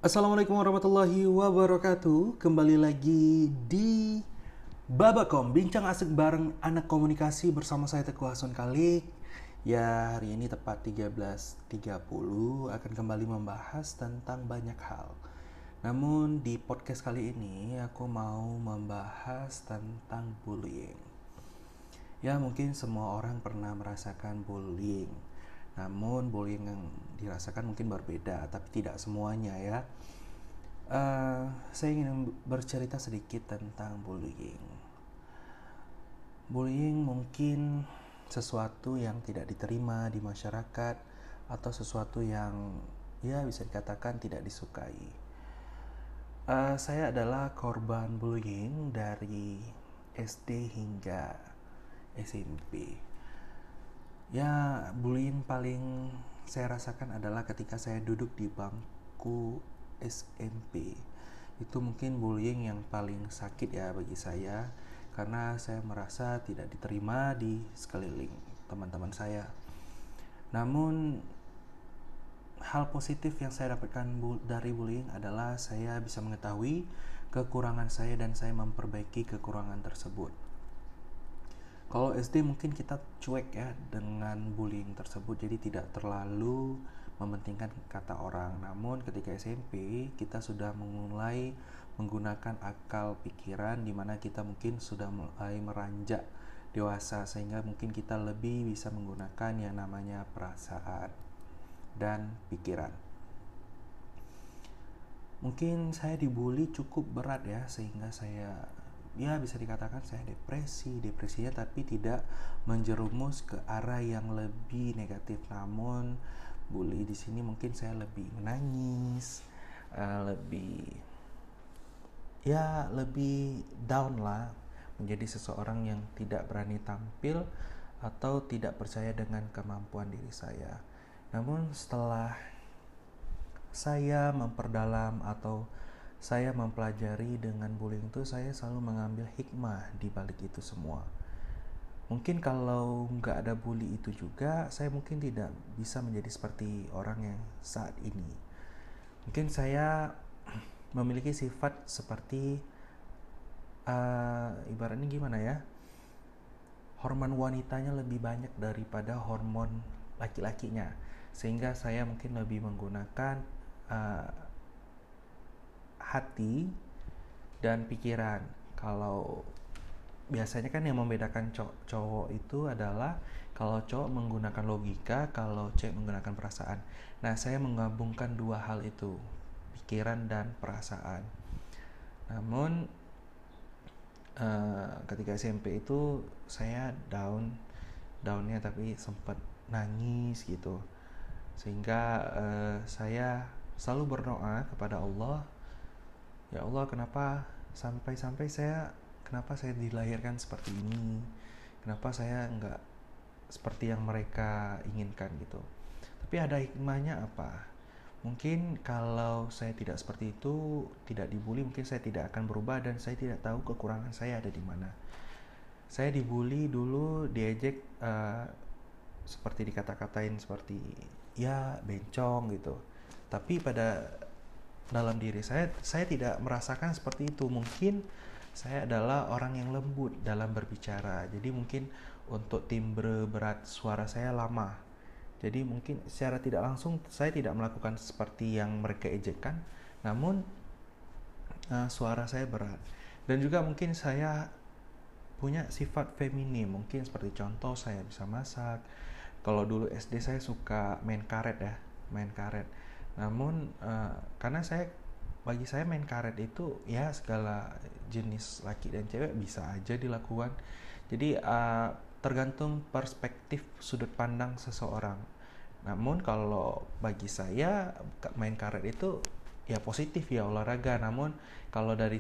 Assalamualaikum warahmatullahi wabarakatuh. Kembali lagi di Babakom, bincang asik bareng anak komunikasi bersama saya Teguh Hasan Kalik. Ya, hari ini tepat 13.30 akan kembali membahas tentang banyak hal. Namun di podcast kali ini aku mau membahas tentang bullying. Ya, mungkin semua orang pernah merasakan bullying. Namun bullying yang dirasakan mungkin berbeda, tapi tidak semuanya ya. Saya ingin bercerita sedikit tentang bullying. Bullying mungkin sesuatu yang tidak diterima di masyarakat atau sesuatu yang ya bisa dikatakan tidak disukai. Saya adalah korban bullying dari SD hingga SMP. Ya, bullying paling saya rasakan adalah ketika saya duduk di bangku SMP. Itu mungkin bullying yang paling sakit ya bagi saya, karena saya merasa tidak diterima di sekeliling teman-teman saya. Namun hal positif yang saya dapatkan dari bullying adalah saya bisa mengetahui kekurangan saya dan saya memperbaiki kekurangan tersebut. Kalau SD mungkin kita cuek ya dengan bullying tersebut, jadi tidak terlalu mementingkan kata orang. Namun ketika SMP kita sudah mulai menggunakan akal pikiran, di mana kita mungkin sudah mulai meranjak dewasa, sehingga mungkin kita lebih bisa menggunakan yang namanya perasaan dan pikiran. Mungkin saya dibully cukup berat ya, sehingga saya ya bisa dikatakan saya depresinya tapi tidak menjerumus ke arah yang lebih negatif. Namun bully di sini mungkin saya lebih menangis, lebih down lah, menjadi seseorang yang tidak berani tampil atau tidak percaya dengan kemampuan diri saya. Namun setelah saya memperdalam atau saya mempelajari dengan bullying itu, saya selalu mengambil hikmah di balik itu semua. Mungkin kalau nggak ada bully itu juga, saya mungkin tidak bisa menjadi seperti orang yang saat ini. Mungkin saya memiliki sifat seperti ibaratnya gimana ya, hormon wanitanya lebih banyak daripada hormon laki-lakinya, sehingga saya mungkin lebih menggunakan hati dan pikiran. Kalau biasanya kan yang membedakan cowok itu adalah kalau cowok menggunakan logika, kalau cewek menggunakan perasaan. Nah, saya menggabungkan dua hal itu, pikiran dan perasaan. Namun ketika SMP itu saya downnya tapi sempat nangis gitu, sehingga saya selalu berdoa kepada Allah, ya Allah, kenapa saya dilahirkan seperti ini, kenapa saya nggak seperti yang mereka inginkan gitu. Tapi ada hikmahnya apa? Mungkin kalau saya tidak seperti itu, tidak dibully, mungkin saya tidak akan berubah dan saya tidak tahu kekurangan saya ada di mana. Saya dibully dulu, diejek, seperti dikata-katain seperti ya bencong gitu. Tapi pada dalam diri saya tidak merasakan seperti itu. Mungkin saya adalah orang yang lembut dalam berbicara, jadi mungkin untuk timbre berat suara saya lama, jadi mungkin secara tidak langsung saya tidak melakukan seperti yang mereka ejekkan, namun suara saya berat. Dan juga mungkin saya punya sifat feminim, mungkin seperti contoh saya bisa masak. Kalau dulu SD saya suka main karet. Namun karena bagi saya main karet itu ya segala jenis laki dan cewek bisa aja dilakukan. Jadi tergantung perspektif sudut pandang seseorang. Namun kalau bagi saya main karet itu ya positif ya, olahraga. Namun kalau dari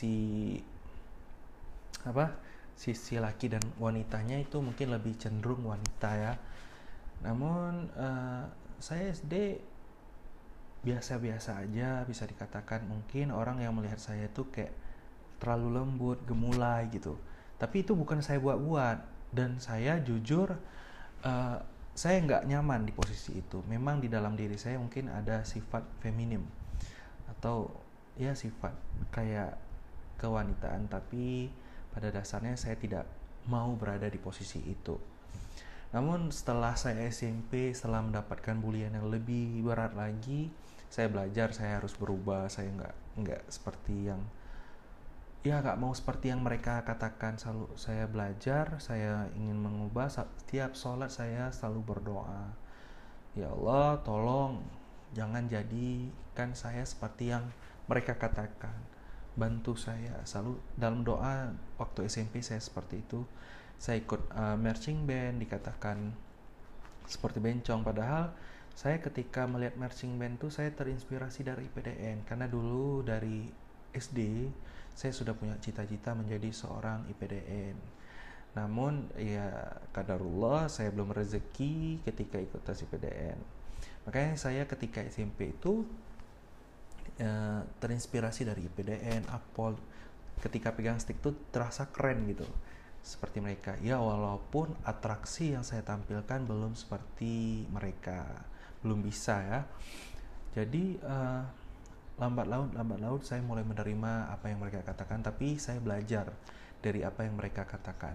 sisi laki dan wanitanya itu mungkin lebih cenderung wanita ya. Namun saya SD biasa-biasa aja, bisa dikatakan mungkin orang yang melihat saya itu kayak terlalu lembut, gemulai gitu. Tapi itu bukan saya buat-buat, dan saya jujur saya nggak nyaman di posisi itu. Memang di dalam diri saya mungkin ada sifat feminim atau ya sifat kayak kewanitaan, tapi pada dasarnya saya tidak mau berada di posisi itu. Namun setelah saya SMP, setelah mendapatkan bulian yang lebih berat lagi, saya belajar saya harus berubah. Saya nggak seperti yang nggak mau seperti yang mereka katakan. Selalu saya belajar, saya ingin mengubah. Setiap sholat saya selalu berdoa, ya Allah tolong jangan jadikan saya seperti yang mereka katakan, bantu saya. Selalu dalam doa waktu SMP saya seperti itu. Saya ikut marching band, dikatakan seperti bencong, padahal saya ketika melihat marching band tuh saya terinspirasi dari IPDN, karena dulu dari SD saya sudah punya cita-cita menjadi seorang IPDN. Namun ya qadarullah saya belum rezeki ketika ikut tes IPDN. Makanya saya ketika SMP itu terinspirasi dari IPDN, Apol. Ketika pegang stick tuh terasa keren gitu, seperti mereka. Ya walaupun atraksi yang saya tampilkan belum seperti mereka, belum bisa ya. Jadi lambat laut saya mulai menerima apa yang mereka katakan, tapi saya belajar dari apa yang mereka katakan.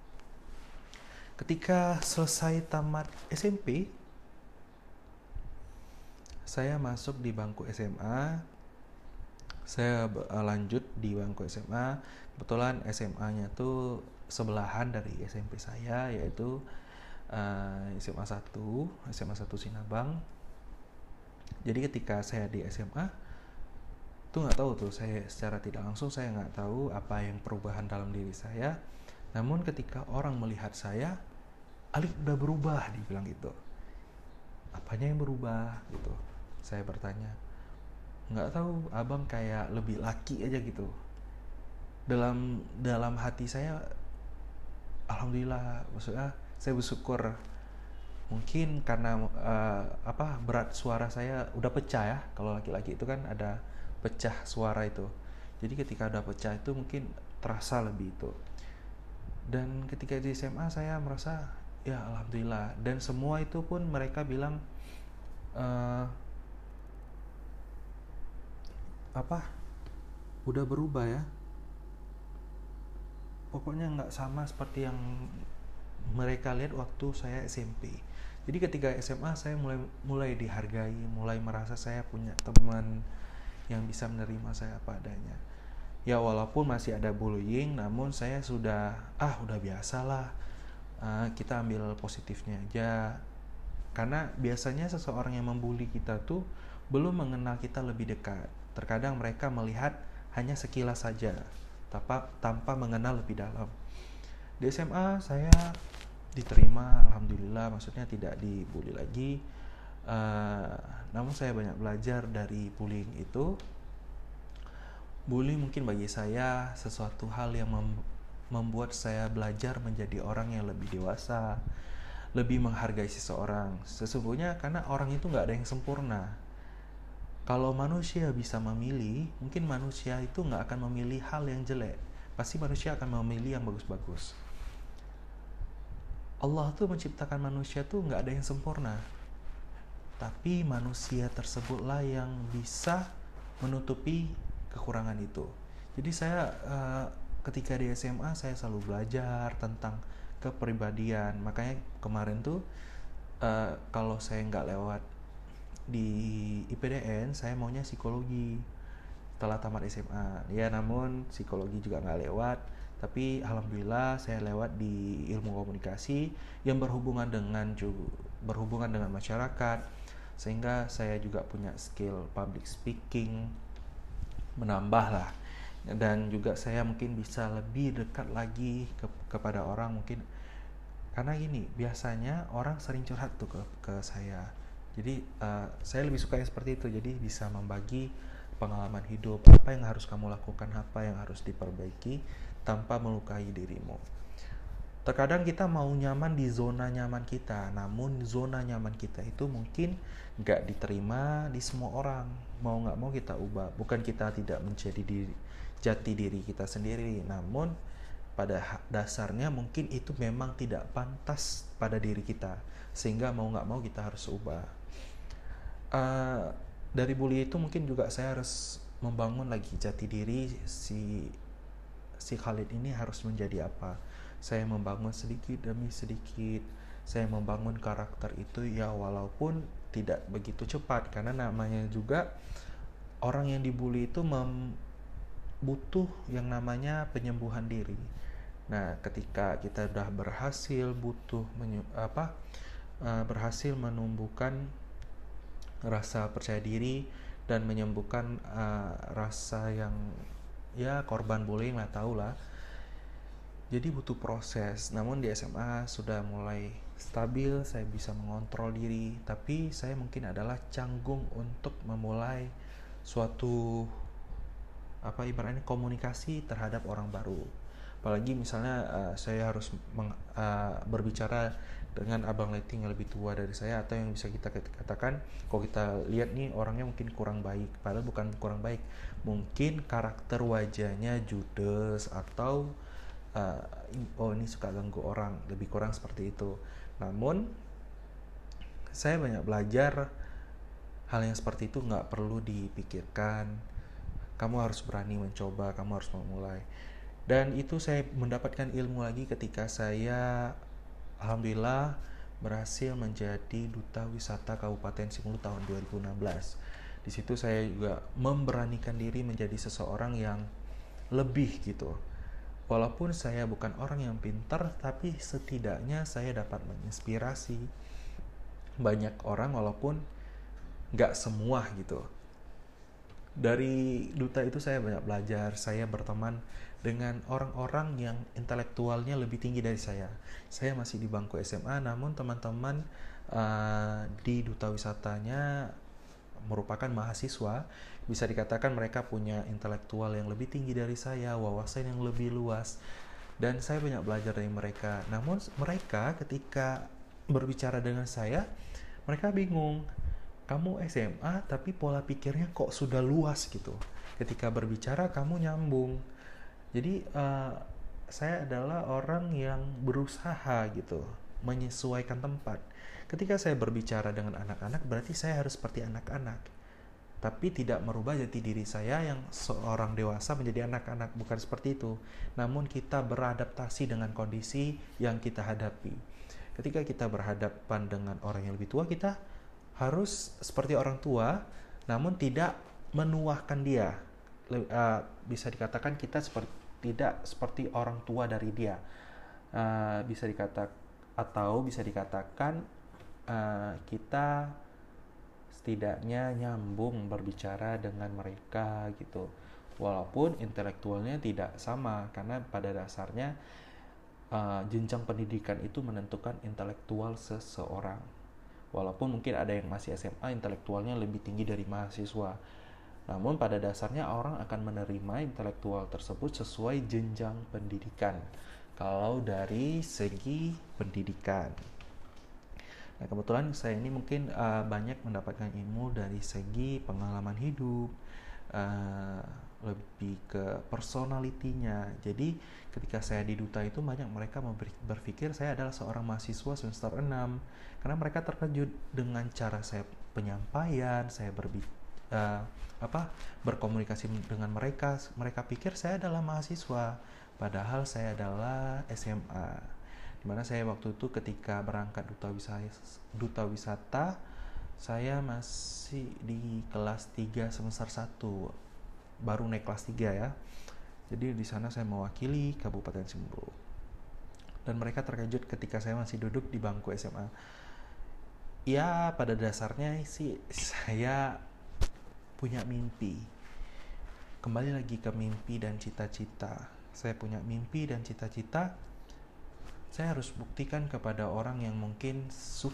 Ketika selesai tamat SMP, saya masuk di bangku SMA. Saya lanjut di bangku SMA. Kebetulan SMA-nya tuh sebelahan dari SMP saya, yaitu SMA 1 Sinabang. Jadi ketika saya di SMA tuh nggak tahu tuh, saya secara tidak langsung saya nggak tahu apa yang perubahan dalam diri saya. Namun ketika orang melihat saya, Alif udah berubah, dibilang gitu. Apanya yang berubah gitu? Saya bertanya. Nggak tahu, abang kayak lebih laki aja gitu. Dalam hati saya, alhamdulillah, maksudnya saya bersyukur. Mungkin karena berat suara saya udah pecah ya. Kalau laki-laki itu kan ada pecah suara itu. Jadi ketika udah pecah itu mungkin terasa lebih itu. Dan ketika di SMA saya merasa ya alhamdulillah. Dan semua itu pun mereka bilang udah berubah ya. Pokoknya nggak sama seperti yang mereka lihat waktu saya SMP. Jadi ketika SMA saya mulai dihargai, mulai merasa saya punya teman yang bisa menerima saya apa adanya. Ya walaupun masih ada bullying, namun saya sudah udah biasalah. Kita ambil positifnya aja. Karena biasanya seseorang yang membuli kita tuh belum mengenal kita lebih dekat. Terkadang mereka melihat hanya sekilas saja, tanpa mengenal lebih dalam. Di SMA saya diterima, alhamdulillah, maksudnya tidak dibully lagi. Namun saya banyak belajar dari bullying itu. Bullying mungkin bagi saya sesuatu hal yang membuat saya belajar menjadi orang yang lebih dewasa, lebih menghargai seseorang. Sesungguhnya karena orang itu gak ada yang sempurna. Kalau manusia bisa memilih, mungkin manusia itu gak akan memilih hal yang jelek. Pasti manusia akan memilih yang bagus-bagus. Allah tuh menciptakan manusia tuh gak ada yang sempurna. Tapi manusia tersebutlah yang bisa menutupi kekurangan itu. Jadi saya ketika di SMA saya selalu belajar tentang kepribadian. Makanya kemarin tuh kalau saya nggak lewat di IPDN, saya maunya psikologi setelah tamat SMA. Ya namun psikologi juga nggak lewat. Tapi alhamdulillah saya lewat di ilmu komunikasi yang berhubungan dengan masyarakat, sehingga saya juga punya skill public speaking menambah lah, dan juga saya mungkin bisa lebih dekat lagi kepada orang. Mungkin karena gini, biasanya orang sering curhat tuh ke saya. Jadi saya lebih suka yang seperti itu. Jadi bisa membagi pengalaman hidup, apa yang harus kamu lakukan, apa yang harus diperbaiki tanpa melukai dirimu. Terkadang kita mau nyaman di zona nyaman kita, namun zona nyaman kita itu mungkin gak diterima di semua orang. Mau gak mau kita ubah. Bukan kita tidak menjadi jati diri kita sendiri, namun pada dasarnya mungkin itu memang tidak pantas pada diri kita, sehingga mau gak mau kita harus ubah. dari bully itu mungkin juga saya harus membangun lagi jati diri si Khalid ini harus menjadi apa. Saya membangun sedikit demi sedikit, saya membangun karakter itu ya, walaupun tidak begitu cepat karena namanya juga orang yang dibully itu butuh yang namanya penyembuhan diri. Nah, ketika kita sudah berhasil berhasil menumbuhkan rasa percaya diri dan menyembuhkan rasa yang ya korban bullying lah, tahu lah. Jadi butuh proses. Namun di SMA sudah mulai stabil, saya bisa mengontrol diri, tapi saya mungkin adalah canggung untuk memulai suatu ibaratnya komunikasi terhadap orang baru. Apalagi misalnya saya harus berbicara dengan abang letting yang lebih tua dari saya, atau yang bisa kita katakan kalau kita lihat nih orangnya mungkin kurang baik, padahal bukan kurang baik, mungkin karakter wajahnya judes atau ini suka ganggu orang, lebih kurang seperti itu. Namun saya banyak belajar hal yang seperti itu nggak perlu dipikirkan, kamu harus berani mencoba, kamu harus memulai. Dan itu saya mendapatkan ilmu lagi ketika saya alhamdulillah berhasil menjadi duta wisata Kabupaten Simelu tahun 2016. Di situ saya juga memberanikan diri menjadi seseorang yang lebih gitu. Walaupun saya bukan orang yang pintar, tapi setidaknya saya dapat menginspirasi banyak orang, walaupun nggak semua gitu. Dari duta itu saya banyak belajar. Saya berteman dengan orang-orang yang intelektualnya lebih tinggi dari saya. Saya masih di bangku SMA, namun teman-teman di duta wisatanya merupakan mahasiswa. Bisa dikatakan mereka punya intelektual yang lebih tinggi dari saya, wawasan yang lebih luas, dan saya banyak belajar dari mereka. Namun mereka ketika berbicara dengan saya, mereka bingung. Kamu SMA tapi pola pikirnya kok sudah luas gitu. Ketika berbicara kamu nyambung. Jadi saya adalah orang yang berusaha gitu menyesuaikan tempat. Ketika saya berbicara dengan anak-anak, berarti saya harus seperti anak-anak, tapi tidak merubah jati diri saya yang seorang dewasa menjadi anak-anak, bukan seperti itu. Namun kita beradaptasi dengan kondisi yang kita hadapi. Ketika kita berhadapan dengan orang yang lebih tua, kita harus seperti orang tua, namun tidak menuahkan dia. Bisa dikatakan kita tidak seperti orang tua dari dia. Bisa dikatakan kita setidaknya nyambung berbicara dengan mereka gitu. Walaupun intelektualnya tidak sama, karena pada dasarnya jenjang pendidikan itu menentukan intelektual seseorang. Walaupun mungkin ada yang masih SMA intelektualnya lebih tinggi dari mahasiswa, namun pada dasarnya orang akan menerima intelektual tersebut sesuai jenjang pendidikan kalau dari segi pendidikan. Nah, kebetulan saya ini mungkin banyak mendapatkan ilmu dari segi pengalaman hidup, lebih ke personalitinya. Jadi ketika saya di duta itu banyak mereka berpikir saya adalah seorang mahasiswa semester 6, karena mereka terkejut dengan cara saya penyampaian, saya berkomunikasi dengan mereka. Mereka pikir saya adalah mahasiswa, padahal saya adalah SMA. Dimana saya waktu itu ketika berangkat duta wisata, saya masih di kelas 3 semester 1, baru naik kelas 3 ya. Jadi di sana saya mewakili Kabupaten Simelu. Dan mereka terkejut ketika saya masih duduk di bangku SMA. Ya, pada dasarnya sih saya punya mimpi. Kembali lagi ke mimpi dan cita-cita. Saya punya mimpi dan cita-cita. Saya harus buktikan kepada orang yang mungkin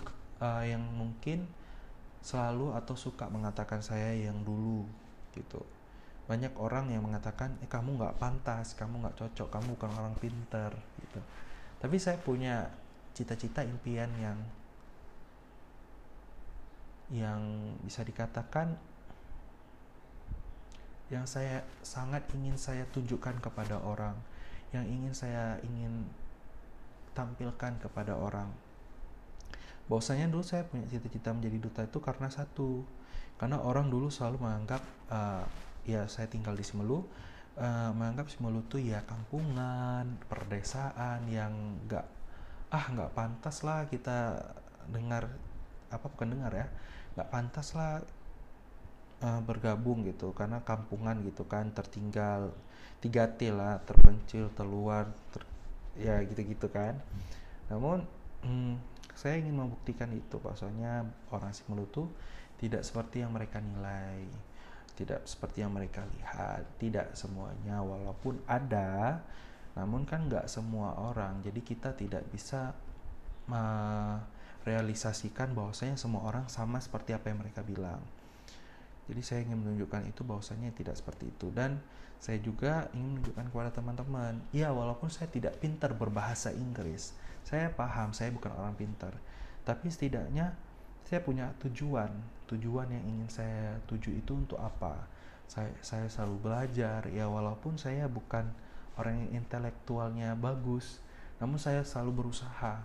selalu atau suka mengatakan saya yang dulu gitu. Banyak orang yang mengatakan kamu gak pantas, kamu gak cocok, kamu bukan orang pintar gitu. Tapi saya punya cita-cita, impian yang bisa dikatakan yang saya sangat ingin saya tunjukkan kepada orang, yang ingin tampilkan kepada orang. Bahwasanya dulu saya punya cita-cita menjadi duta itu karena satu, karena orang dulu selalu menganggap ya saya tinggal di Simelu, menganggap Simelu tuh ya kampungan, perdesaan yang nggak pantas lah kita dengar, bukan dengar ya, nggak pantas lah bergabung gitu, karena kampungan gitu kan, tertinggal, 3T lah, terpencil, terluar, ya gitu-gitu kan. Namun saya ingin membuktikan itu, bahwasanya orang Simelu tuh tidak seperti yang mereka nilai, tidak seperti yang mereka lihat, tidak semuanya, walaupun ada, namun kan nggak semua orang. Jadi kita tidak bisa merealisasikan bahwasanya semua orang sama seperti apa yang mereka bilang. Jadi saya ingin menunjukkan itu, bahwasanya tidak seperti itu. Dan saya juga ingin menunjukkan kepada teman-teman, ya walaupun saya tidak pintar berbahasa Inggris, saya paham saya bukan orang pintar, tapi setidaknya saya punya tujuan yang ingin saya tuju. Itu untuk apa? Saya selalu belajar, ya walaupun saya bukan orang yang intelektualnya bagus, namun saya selalu berusaha.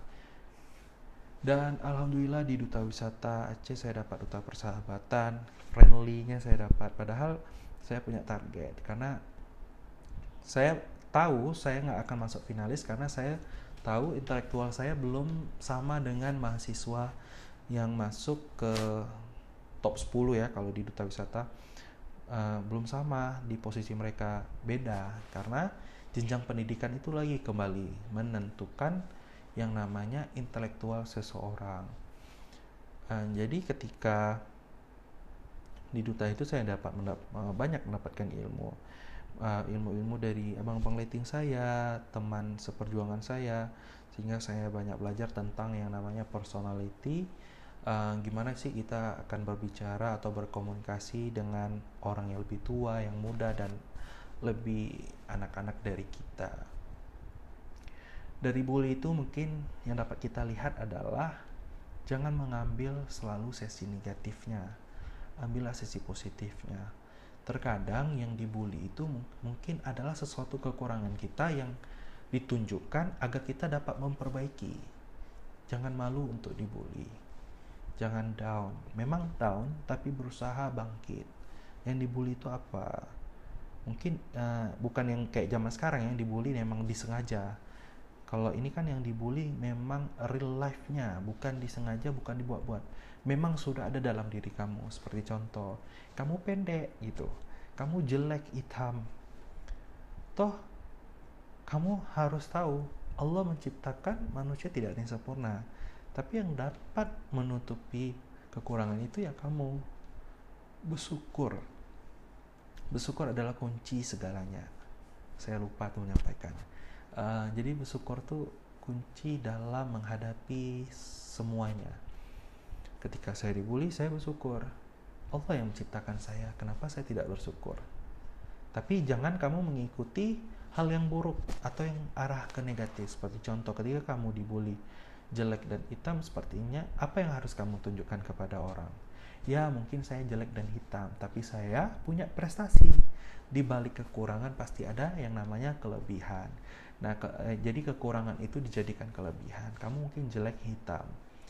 Dan alhamdulillah di Duta Wisata Aceh saya dapat duta persahabatan, friendly-nya saya dapat. Padahal saya punya target, karena saya tahu saya nggak akan masuk finalis, karena saya tahu intelektual saya belum sama dengan mahasiswa yang masuk ke top 10 ya kalau di Duta Wisata. Belum sama, di posisi mereka beda, karena jenjang pendidikan itu lagi kembali menentukan yang namanya intelektual seseorang. Jadi ketika di Duta itu saya banyak mendapatkan ilmu dari abang-abang lighting saya, teman seperjuangan saya, sehingga saya banyak belajar tentang yang namanya personality. Gimana sih kita akan berbicara atau berkomunikasi dengan orang yang lebih tua, yang muda, dan lebih anak-anak dari kita. Dari bully itu mungkin yang dapat kita lihat adalah jangan mengambil selalu sesi negatifnya, ambillah sesi positifnya. Terkadang yang dibully itu mungkin adalah sesuatu kekurangan kita yang ditunjukkan agar kita dapat memperbaiki. Jangan malu untuk dibully, jangan down. Memang down, tapi berusaha bangkit. Yang dibully itu apa? Mungkin bukan yang kayak zaman sekarang yang dibully memang disengaja. Kalau ini kan yang dibully memang real life-nya, bukan disengaja, bukan dibuat-buat. Memang sudah ada dalam diri kamu. Seperti contoh, kamu pendek gitu, kamu jelek, hitam. Toh, kamu harus tahu, Allah menciptakan manusia tidak ada yang sempurna. Tapi yang dapat menutupi kekurangan itu ya kamu. Bersyukur. Bersyukur adalah kunci segalanya. Saya lupa tuh menyampaikan. Jadi bersyukur tuh kunci dalam menghadapi semuanya. Ketika saya dibully, saya bersyukur. Allah yang menciptakan saya, kenapa saya tidak bersyukur? Tapi jangan kamu mengikuti hal yang buruk atau yang arah ke negatif. Seperti contoh, ketika kamu dibully jelek dan hitam, sepertinya apa yang harus kamu tunjukkan kepada orang? Ya mungkin saya jelek dan hitam, tapi saya punya prestasi. Di balik kekurangan pasti ada yang namanya kelebihan. Nah, jadi kekurangan itu dijadikan kelebihan. Kamu mungkin jelek hitam.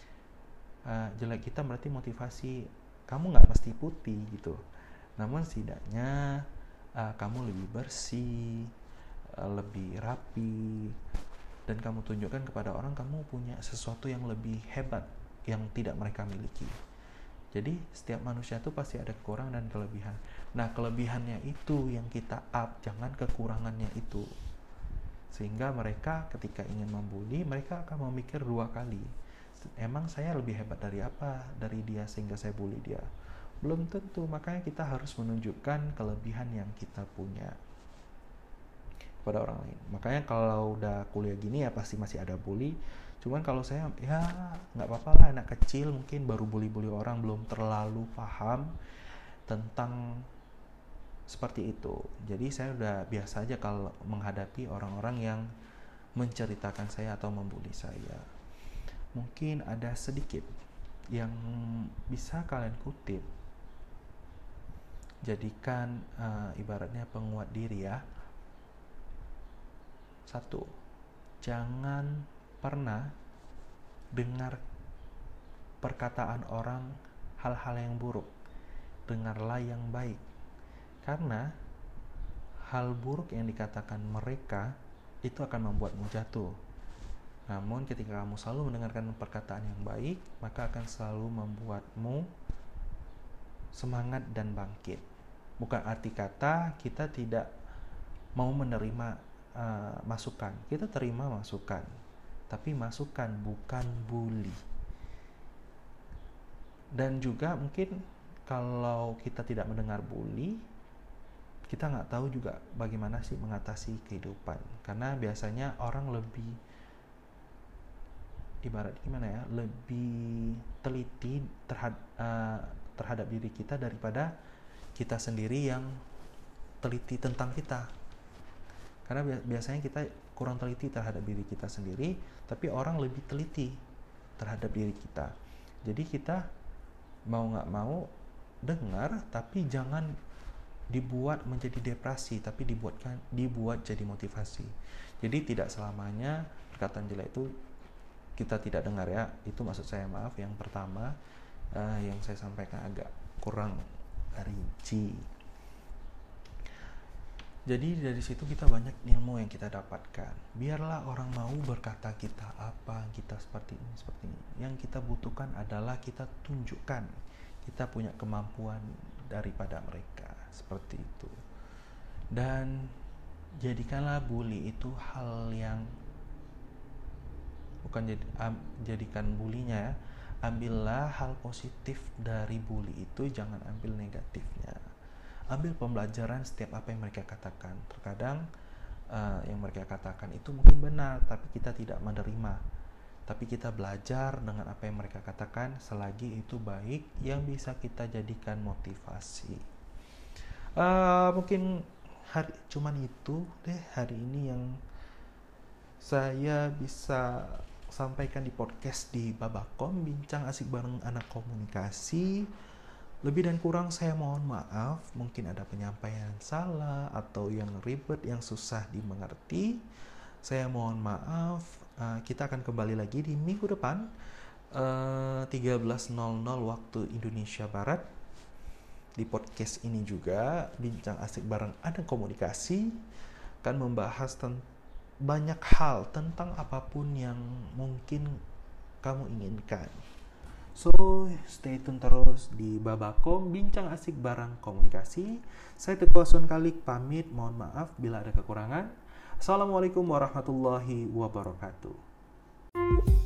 Jelek hitam berarti motivasi. Kamu nggak mesti putih gitu. Namun setidaknya kamu lebih bersih, lebih rapi, dan kamu tunjukkan kepada orang kamu punya sesuatu yang lebih hebat yang tidak mereka miliki. Jadi setiap manusia itu pasti ada kekurangan dan kelebihan. Nah, kelebihannya itu yang kita up, jangan kekurangannya itu. Sehingga mereka ketika ingin membuli, mereka akan memikir 2 kali. Emang saya lebih hebat dari apa dari dia sehingga saya bully dia? Belum tentu. Makanya kita harus menunjukkan kelebihan yang kita punya kepada orang lain. Makanya kalau udah kuliah gini ya pasti masih ada bully. Cuman kalau saya ya nggak apa-apa lah, anak kecil mungkin baru bully-bully orang, belum terlalu paham tentang seperti itu. Jadi saya udah biasa aja kalau menghadapi orang-orang yang menceritakan saya atau membuli saya. Mungkin ada sedikit yang bisa kalian kutip, jadikan ibaratnya penguat diri ya. 1. Jangan pernah dengar perkataan orang hal-hal yang buruk, dengarlah yang baik. Karena hal buruk yang dikatakan mereka itu akan membuatmu jatuh. Namun ketika kamu selalu mendengarkan perkataan yang baik, maka akan selalu membuatmu semangat dan bangkit. Bukan arti kata kita tidak mau menerima masukan. Kita terima masukan, tapi masukan bukan bully. Dan juga mungkin kalau kita tidak mendengar bully, kita nggak tahu juga bagaimana sih mengatasi kehidupan. Karena biasanya orang lebih ibarat gimana ya, lebih teliti terhadap diri kita daripada kita sendiri yang teliti tentang kita. Karena biasanya kita kurang teliti terhadap diri kita sendiri, tapi orang lebih teliti terhadap diri kita. Jadi kita mau nggak mau dengar, tapi jangan dibuat menjadi depresi, tapi dibuat jadi motivasi. Jadi tidak selamanya perkataan jelek itu kita tidak dengar ya. Itu maksud saya, maaf, yang pertama yang saya sampaikan agak kurang rinci. Jadi dari situ kita banyak ilmu yang kita dapatkan. Biarlah orang mau berkata kita apa, kita seperti ini, seperti ini. Yang kita butuhkan adalah kita tunjukkan kita punya kemampuan daripada mereka, seperti itu. Dan jadikanlah bully itu hal yang bukan jadikan bulinya ya. Ambillah hal positif dari bully itu, jangan ambil negatifnya. Ambil pembelajaran setiap apa yang mereka katakan. Terkadang yang mereka katakan itu mungkin benar, tapi kita tidak menerima. Tapi kita belajar dengan apa yang mereka katakan selagi itu baik, yang bisa kita jadikan motivasi. Mungkin cuman itu deh hari ini yang saya bisa sampaikan di podcast di Babakom, bincang asik bareng anak komunikasi. Lebih dan kurang saya mohon maaf, mungkin ada penyampaian salah atau yang ribet, yang susah dimengerti. Saya mohon maaf. Kita akan kembali lagi di minggu depan 13.00 waktu Indonesia Barat. Di podcast ini juga bincang asik bareng anak komunikasi akan membahas banyak hal tentang apapun yang mungkin kamu inginkan. So, stay tune terus di Babakom, bincang asik barang komunikasi. Saya Teguh Asun Kalik pamit, mohon maaf bila ada kekurangan. Assalamualaikum warahmatullahi wabarakatuh.